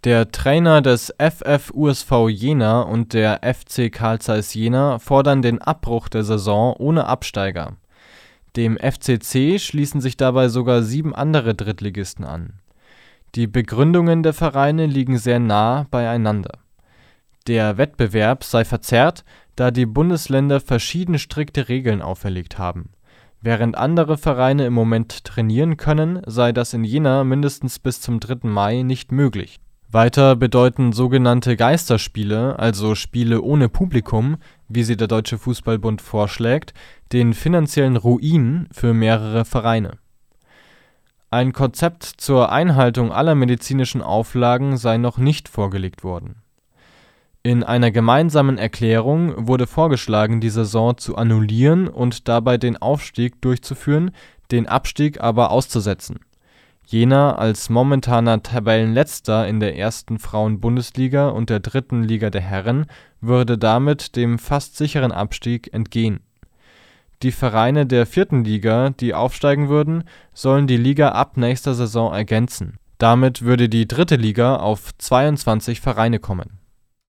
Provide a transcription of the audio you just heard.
Der Trainer des FF USV Jena und der FC Carl Zeiss Jena fordern den Abbruch der Saison ohne Absteiger. Dem FCC schließen sich dabei sogar 7 andere Drittligisten an. Die Begründungen der Vereine liegen sehr nah beieinander. Der Wettbewerb sei verzerrt, da die Bundesländer verschieden strikte Regeln auferlegt haben. Während andere Vereine im Moment trainieren können, sei das in Jena mindestens bis zum 3. Mai nicht möglich. Weiter bedeuten sogenannte Geisterspiele, also Spiele ohne Publikum, wie sie der Deutsche Fußballbund vorschlägt, den finanziellen Ruin für mehrere Vereine. Ein Konzept zur Einhaltung aller medizinischen Auflagen sei noch nicht vorgelegt worden. In einer gemeinsamen Erklärung wurde vorgeschlagen, die Saison zu annullieren und dabei den Aufstieg durchzuführen, den Abstieg aber auszusetzen. Jena als momentaner Tabellenletzter in der 1. Frauen-Bundesliga und der 3. Liga der Herren würde damit dem fast sicheren Abstieg entgehen. Die Vereine der 4. Liga, die aufsteigen würden, sollen die Liga ab nächster Saison ergänzen. Damit würde die 3. Liga auf 22 Vereine kommen